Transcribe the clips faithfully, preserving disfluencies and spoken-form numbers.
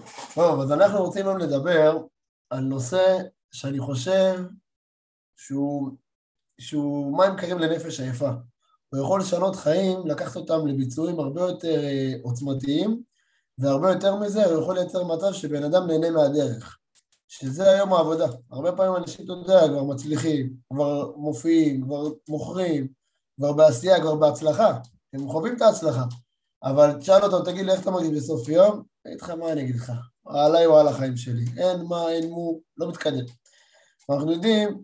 טוב, אז אנחנו רוצים היום לדבר על נושא שאני חושב שהוא, שהוא מים קרים לנפש עייפה. הוא יכול לשנות חיים, לקחת אותם לביצועים הרבה יותר אה, עוצמתיים, והרבה יותר מזה, הוא יכול לייצר מצב שבן אדם נהנה מהדרך. שזה היום העבודה. הרבה פעמים אנשים, אתה יודע, כבר מצליחים, כבר מופיעים, כבר מוכרים, כבר בעשייה, כבר בהצלחה. הם חווים את ההצלחה. אבל תשאל אותם, תגיד לי איך אתה מרגיש בסוף יום? אני אגיד לך, מה אני אגיד לך? עליי או על החיים שלי. אין מה, אין מו, לא מתקדם. אנחנו יודעים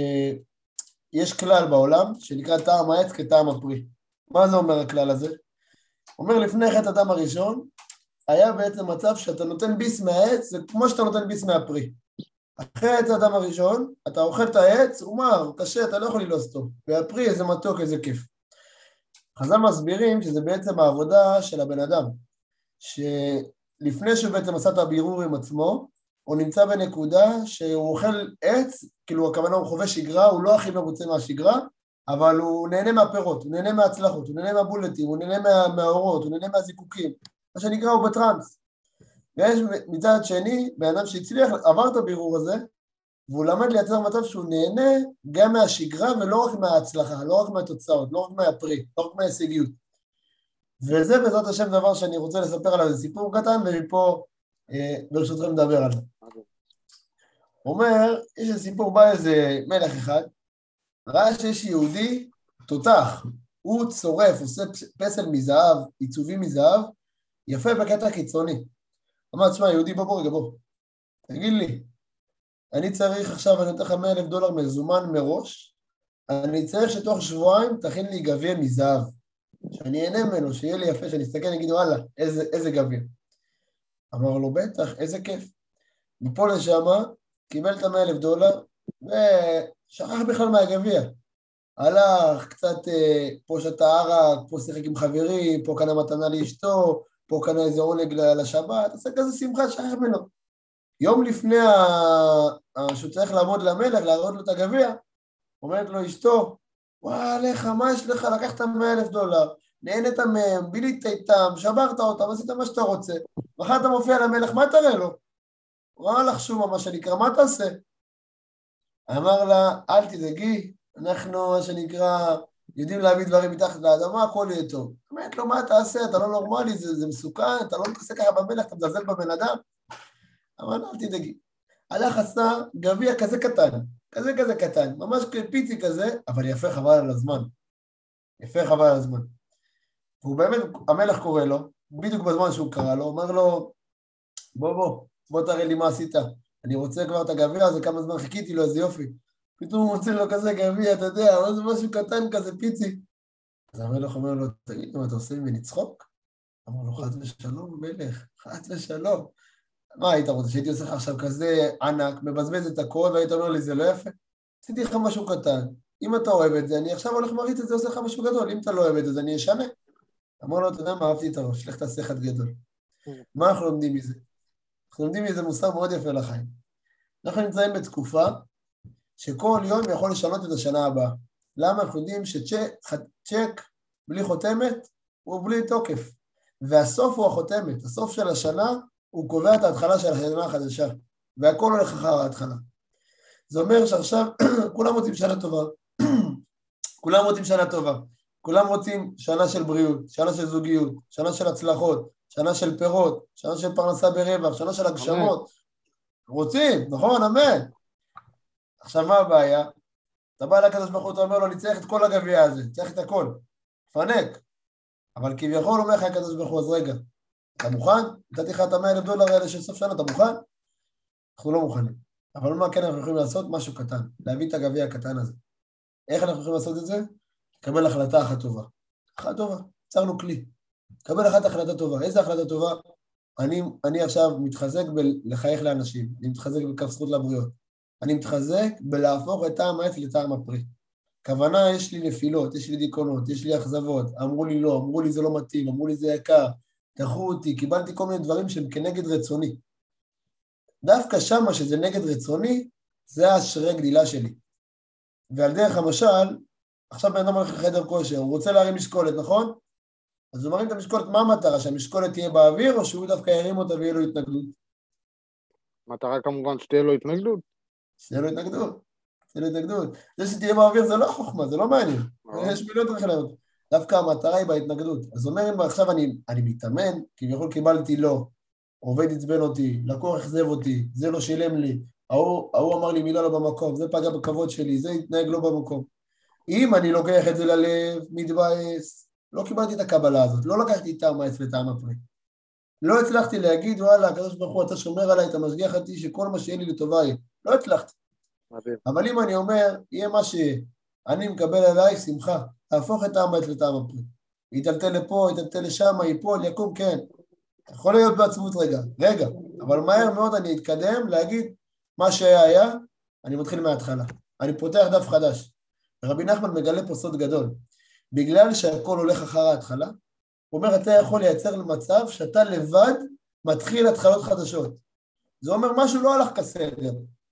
שיש כלל בעולם שנקרא טעם העץ כטעם הפרי. מה זה אומר הכלל הזה? אומר לפני חטא הטעם הראשון, היה בעצם מצב שאתה נותן ביס מהעץ, זה כמו שאתה נותן ביס מהפרי. אחרי עץ האדם הראשון, אתה אוכל את העץ, הוא מר, קשה, אתה לא יכול ללעוס אותו. והפרי איזה מתוק, איזה כיף. חז"ל מסבירים שזה בעצם העבודה של הבן אדם, שלפני שהוא בעצם עשה את הבירור עם עצמו, הוא נמצא בנקודה שהוא אוכל עץ, כאילו הכוונה הוא חווה שגרה, הוא לא הכי מרוצה מהשגרה, אבל הוא נהנה מהפירות, הוא נהנה מההצלחות, הוא נהנה מהבולטים, הוא נהנה מה, מהאורות, הוא נהנה מהזיקוקים, מה שנקרא הוא בטרנס. ויש מצד שני, באדם שהצליח, עבר את הבירור הזה, והוא למד לייצר מצב שהוא נהנה גם מהשגרה ולא רק מההצלחה, לא רק מהתוצאות, לא רק מהפרי, לא רק מההישגיות. וזה בעזרת השם דבר שאני רוצה לספר עליו, זה סיפור קטן, ומפה אה, ברשותכם לדבר עליו. אומר, יש איזה סיפור, בא איזה מלך אחד, ראה שיש יהודי תותח, הוא צורף, עושה פסל מזהב, עיצובים מזהב, יפה בקטע קיצוני. אמר, תשמע, יהודי, בוא בוא רגע, בוא. תגיד לי, אני צריך עכשיו, אני נותן לך מאה אלף דולר מזומן מראש, אני צריך שתוך שבועיים תכין לי גביע מזהב, שאני אהנה ממנו, שיהיה לי יפה, שאני אסתכל, אני אגיד, וואלה, איזה, איזה גביע. אמר לו, בטח, איזה כיף. מפה לשם, קיבל את המאה אלף דולר, ושכח בכלל מהגביע. הלך, קצת אה, פה שתה ערק, פה שיחק עם חברים, פה קנה מתנה לאשתו, פה קנה איזה עונג לשבת, עשה כזה שמחה, שכח ממנו. יום לפני שהוא צריך לעמוד למלך, להראות לו את הגביע, אומרת לו אשתו, וואי עליך, מה יש לך? לקחת מאה אלף דולר, נהנית מהם, בילית איתם, שברת אותם, עשית מה שאתה רוצה, ואחר אתה מופיע למלך, מה תראה לו? ראה לך שומה, מה שנקרא, מה תעשה? אמר לה, אל תדאגי, אנחנו, מה שנקרא, יודעים להביא דברים מתחת לאדמה, הכל יהיה טוב. אומרת לו, מה תעשה? אתה לא נורמלי, זה, זה מסוכן, אתה לא מתעסק ככה במלך, אתה מזלזל בבן אדם. אמר, אל תדאגי. הלך עשה גביע כזה קטן, כזה כזה קטן, ממש פיצי כזה, אבל יפה חבל על הזמן. יפה חבל על הזמן. והוא באמת, המלך קורא לו, בדיוק בזמן שהוא קרא לו, אומר לו, בוא בוא, בוא תראה לי מה עשית. אני רוצה כבר את הגביע הזה, כמה זמן חיכיתי לו, איזה יופי. פתאום הוא מוצא לו כזה גביע, אתה יודע, זה משהו קטן כזה, פיצי. אז המלך אומר לו, תגיד, מה אתה עושה ממני צחוק? אמר לו, חס ושלום, מלך, חס ושלום. מה היית רוצה, שהייתי עושה לך עכשיו כזה ענק, מבזבז את הכל, והיית אומר לי, זה לא יפה? עשיתי לך משהו קטן. אם אתה אוהב את זה, אני עכשיו הולך מריץ את זה, עושה לך משהו גדול. אם אתה לא אוהב את זה, אז אני אשנה. אמר לו, אתה יודע מה, אהבתי את הראש, לך תעשה אחד גדול. מה אנחנו לומדים מזה? אנחנו לומדים מזה מוסר מאוד יפה לחיים. אנחנו נמצאים בתקופה שכל יום יכול לשנות את השנה הבאה. למה? אנחנו יודעים שצ'ק בלי חותמת הוא בלי תוקף. והסוף הוא החותמת. הסוף של השנה הוא קובע את ההתחלה של השנה החדשה. והכל הולך אחר ההתחלה. זה אומר שעכשיו כולם רוצים שנה טובה. כולם רוצים שנה טובה. כולם רוצים שנה של בריאות, שנה של זוגיות, שנה של הצלחות, שנה של פירות, שנה של פרנסה ברווח, שנה של הגשמות. רוצים, נכון, אמן. עכשיו מה הבעיה? אתה בא לקדוש ברוך הוא, אתה אומר לו, אני צריך את כל הגביע הזה, צריך את הכל, פנק. אבל כביכול אומר לך הקדוש ברוך הוא, אז רגע, אתה מוכן? נתתי לך את המאה אלף דולר האלה של סוף שנה, אתה מוכן? אנחנו לא מוכנים. אבל מה כן אנחנו יכולים לעשות? משהו קטן, להביא את הגביע הקטן הזה. איך אנחנו יכולים לעשות את זה? לקבל החלטה אחת טובה. אחת טובה, יצרנו כלי. קבל אחת החלטה טובה. איזה החלטה טובה? אני, אני עכשיו מתחזק בלחייך לאנשים, אני מתחזק בכף זכות לבריות. אני מתחזק בלהפוך את טעם העץ לטעם הפרי. כוונה, יש לי נפילות, יש לי דיכאונות, יש לי אכזבות, אמרו לי לא, אמרו לי זה לא מתאים, אמרו לי זה יקר, דחו אותי, קיבלתי כל מיני דברים שהם כנגד רצוני. דווקא שמה שזה נגד רצוני, זה השרי גדילה שלי. ועל דרך המשל, עכשיו בן אדם הולך לחדר כושר, הוא רוצה להרים משקולת, נכון? אז הוא מרים את המשקולת, מה המטרה? שהמשקולת תהיה באוויר, או שהוא דווקא ירים אותה ויהיה לו התנגדות? מטרה כמובן שתהיה לו התנגדות. שתהיה לו התנגדות, שתהיה לו התנגדות. זה שתהיה באוויר זה לא חוכמה, זה לא מעניין. יש מיליון דרכים לענות. דווקא המטרה היא בהתנגדות. אז אומר, אם עכשיו אני, אני מתאמן, כביכול קיבלתי לא, עובד עצבן אותי, לקוח אכזב אותי, זה לא שילם לי, ההוא, ההוא אמר לי מילה לא במקום, זה פגע בכבוד שלי, זה התנהג לא במקום. אם אני לוקח את זה ללב, מתבאס, לא קיבלתי את הקבלה הזאת, לא לקחתי את טעם העץ וטעם הפרי. לא הצלחתי להגיד, וואלה, הקדוש ברוך הוא, אתה שומר עליי, אתה משגיח אותי, שכל מה שיהיה לי לטובה יהיה. לא הצלחתי. אבל אם אני אומר, יהיה מה שאני מקבל עליי, שמחה, תהפוך את טעם העץ וטעם הפרי. יתלתל לפה, יתלתל לשם, ייפול, יקום, כן. יכול להיות בעצמות רגע, רגע, אבל מהר מאוד אני אתקדם להגיד, מה שהיה היה, אני מתחיל מההתחלה. אני פותח דף חדש. רבי נחמן מגלה פה סוד גדול. בגלל שהכל הולך אחר ההתחלה, הוא אומר, אתה יכול לייצר למצב שאתה לבד מתחיל התחלות חדשות. זה אומר, משהו לא הלך כסדר.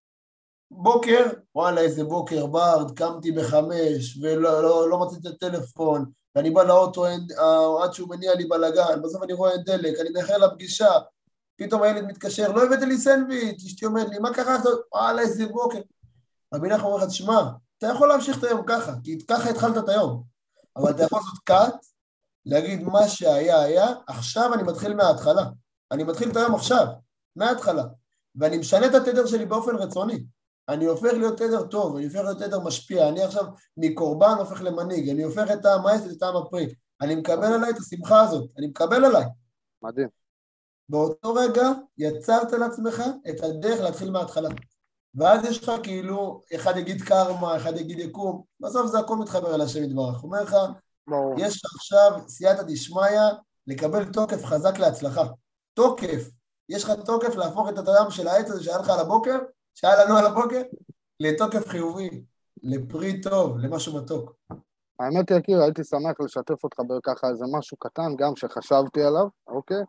בוקר, וואלה, איזה בוקר ברד, קמתי בחמש, ולא לא, לא מצאתי את הטלפון, ואני בא לאוטו, עד שהוא מניע לי בלגן, בסוף אני רואה דלק, אני מאחר לפגישה, פתאום הילד מתקשר, לא הבאתי לי סנדוויץ', אשתי אומרת לי, מה קרה? וואלה, איזה בוקר. רבי נחמן אומר לך, תשמע, אתה יכול להמשיך את היום ככה, כי ככה התחלת את היום, אבל אתה יכול לעשות קאט, להגיד מה שהיה היה, עכשיו אני מתחיל מההתחלה, אני מתחיל את היום עכשיו, מההתחלה, ואני משנה את התדר שלי באופן רצוני, אני הופך להיות תדר טוב, אני הופך להיות תדר משפיע, אני עכשיו מקורבן הופך למנהיג, אני הופך את טעם העץ ואת טעם הפרי, אני מקבל עליי את השמחה הזאת, אני מקבל עליי. מדהים. באותו רגע יצרת לעצמך את הדרך להתחיל מההתחלה. ואז יש לך כאילו, אחד יגיד קרמה, אחד יגיד יקום, בסוף זה הכל מתחבר אל השם יתברך. אומר לך, יש לך עכשיו סייעתא דשמיא לקבל תוקף חזק להצלחה. תוקף. יש לך תוקף להפוך את הטעם של העץ הזה שהיה לך על הבוקר, שהיה לנו על הבוקר, לתוקף חיובי, לפרי טוב, למשהו מתוק. האמת יקיר, הייתי שמח לשתף אותך בככה איזה משהו קטן, גם שחשבתי עליו, אוקיי?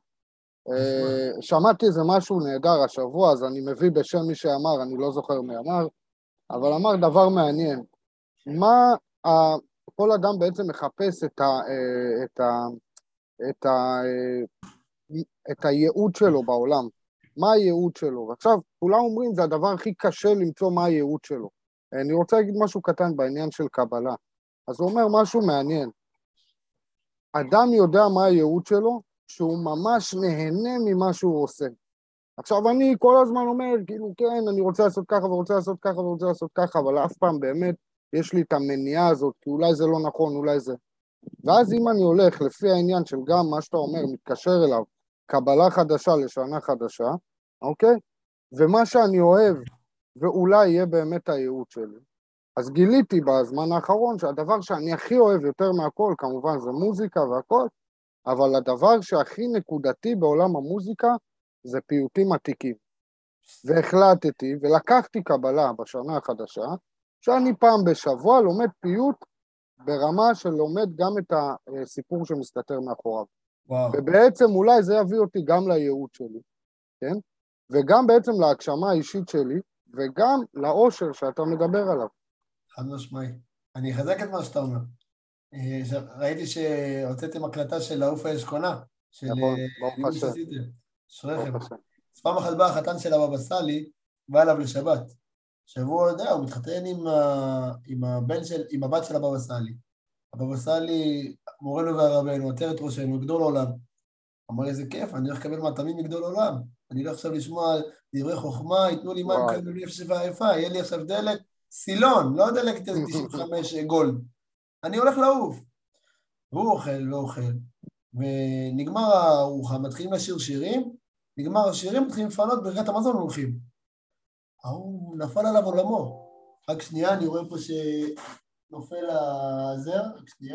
שמעתי איזה משהו נהדר השבוע, אז אני מביא בשם מי שאמר, אני לא זוכר מי אמר, אבל אמר דבר מעניין. מה כל אדם בעצם מחפש את ה, את ה, את ה, את הייעוד שלו בעולם? מה הייעוד שלו? ועכשיו, כולם אומרים, זה הדבר הכי קשה למצוא מה הייעוד שלו. אני רוצה להגיד משהו קטן בעניין של קבלה. אז הוא אומר משהו מעניין. אדם יודע מה הייעוד שלו, שהוא ממש נהנה ממה שהוא עושה. עכשיו, אני כל הזמן אומר, כאילו, כן, אני רוצה לעשות ככה ורוצה לעשות ככה ורוצה לעשות ככה, אבל אף פעם באמת יש לי את המניעה הזאת, כי אולי זה לא נכון, אולי זה. ואז אם אני הולך לפי העניין של גם מה שאתה אומר, מתקשר אליו, קבלה חדשה לשנה חדשה, אוקיי? ומה שאני אוהב, ואולי יהיה באמת הייעוד שלי. אז גיליתי בזמן האחרון שהדבר שאני הכי אוהב יותר מהכל, כמובן זה מוזיקה והכל, אבל הדבר שהכי נקודתי בעולם המוזיקה זה פיוטים עתיקים. והחלטתי ולקחתי קבלה בשנה החדשה, שאני פעם בשבוע לומד פיוט ברמה של לומד גם את הסיפור שמסתתר מאחוריו. וואו. ובעצם אולי זה יביא אותי גם לייעוד שלי, כן? וגם בעצם להגשמה האישית שלי, וגם לאושר שאתה מדבר עליו. חד משמעי. אני אחזק את מה שאתה אומר. ראיתי שהוצאתם הקלטה של לעוף האשכונה, של לימוד שעשיתם. שריכם. אז פעם אחת בא החתן של הבבא סאלי, בא אליו לשבת. שבוע יודע, הוא מתחתן עם, ה... עם, הבן של... עם הבת של הבבא סאלי. הבבא סאלי, מורנו והרבנו, עטרת ראשנו, גדול עולם. אמר לי, זה כיף, אני הולך לקבל מתנים מגדול עולם. אני הולך עכשיו לשמוע דברי חוכמה, ייתנו לי מים כאלה בלי אפשפה היפה, יהיה לי עכשיו דלק, סילון, לא דלק תשעים וחמש גולד. אני הולך לעוף. והוא אוכל ואוכל, ונגמר הארוחה, מתחילים לשיר שירים, נגמר השירים, מתחילים לפנות, ברכת המזון הולכים. הוא נפל עליו עולמו. רק שנייה, אני רואה פה שנופל הזר, רק שנייה.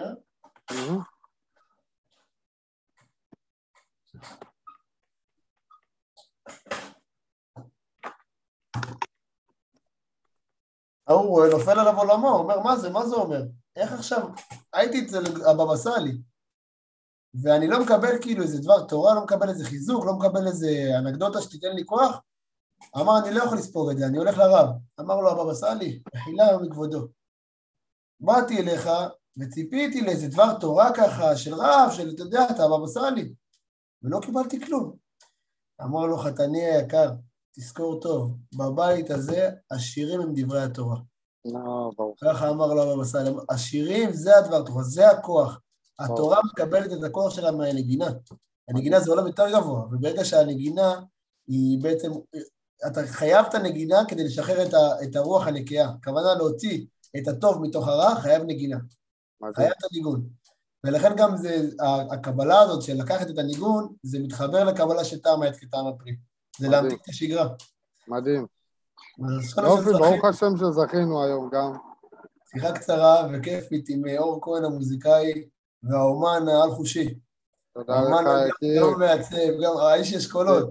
הוא נופל עליו עולמו, הוא אומר, מה זה, מה זה אומר? איך עכשיו? הייתי אצל הבבא סאלי, ואני לא מקבל כאילו איזה דבר תורה, לא מקבל איזה חיזוק, לא מקבל איזה אנקדוטה שתיתן לי כוח. אמר, אני לא יכול לספור את זה, אני הולך לרב. אמר לו הבבא סאלי, מחילה מכבודו. באתי אליך וציפיתי לאיזה דבר תורה ככה, של רב, של, אתה יודע, אתה הבבא סאלי, ולא קיבלתי כלום. אמר לו, חתני היקר, תזכור טוב, בבית הזה השירים הם דברי התורה. לא, ברור. ככה אמר לו הבבא סאלי, השירים זה הדבר תורה, זה הכוח. התורה מקבלת את הכוח שלה מהנגינה. הנגינה זה עולם יותר גבוה, וברגע שהנגינה היא בעצם, אתה חייב את הנגינה כדי לשחרר את, ה, את הרוח הנקייה. הכוונה להוציא את הטוב מתוך הרע, חייב נגינה. חייב את הניגון. ולכן גם זה, הקבלה הזאת של לקחת את הניגון, זה מתחבר לקבלה שטעם העץ כטעם הפרי. זה להמתיק את השגרה. מדהים. יופי, ברוך השם שזכינו היום גם. שיחה קצרה וכיפית עם אור כהן המוזיקאי והאומן העל-חושי. תודה לך, יקיר. גם מעצב, גם האיש יש קולות.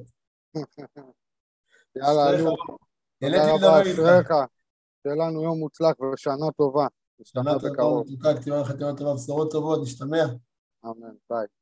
יאללה, אלו. תודה רבה, אשריך. שיהיה לנו יום מוצלח ושנה טובה. שנה טובה, מתוקה, כתיבה וחתימה טובה, בשורות טובות, נשתמע. אמן, ביי.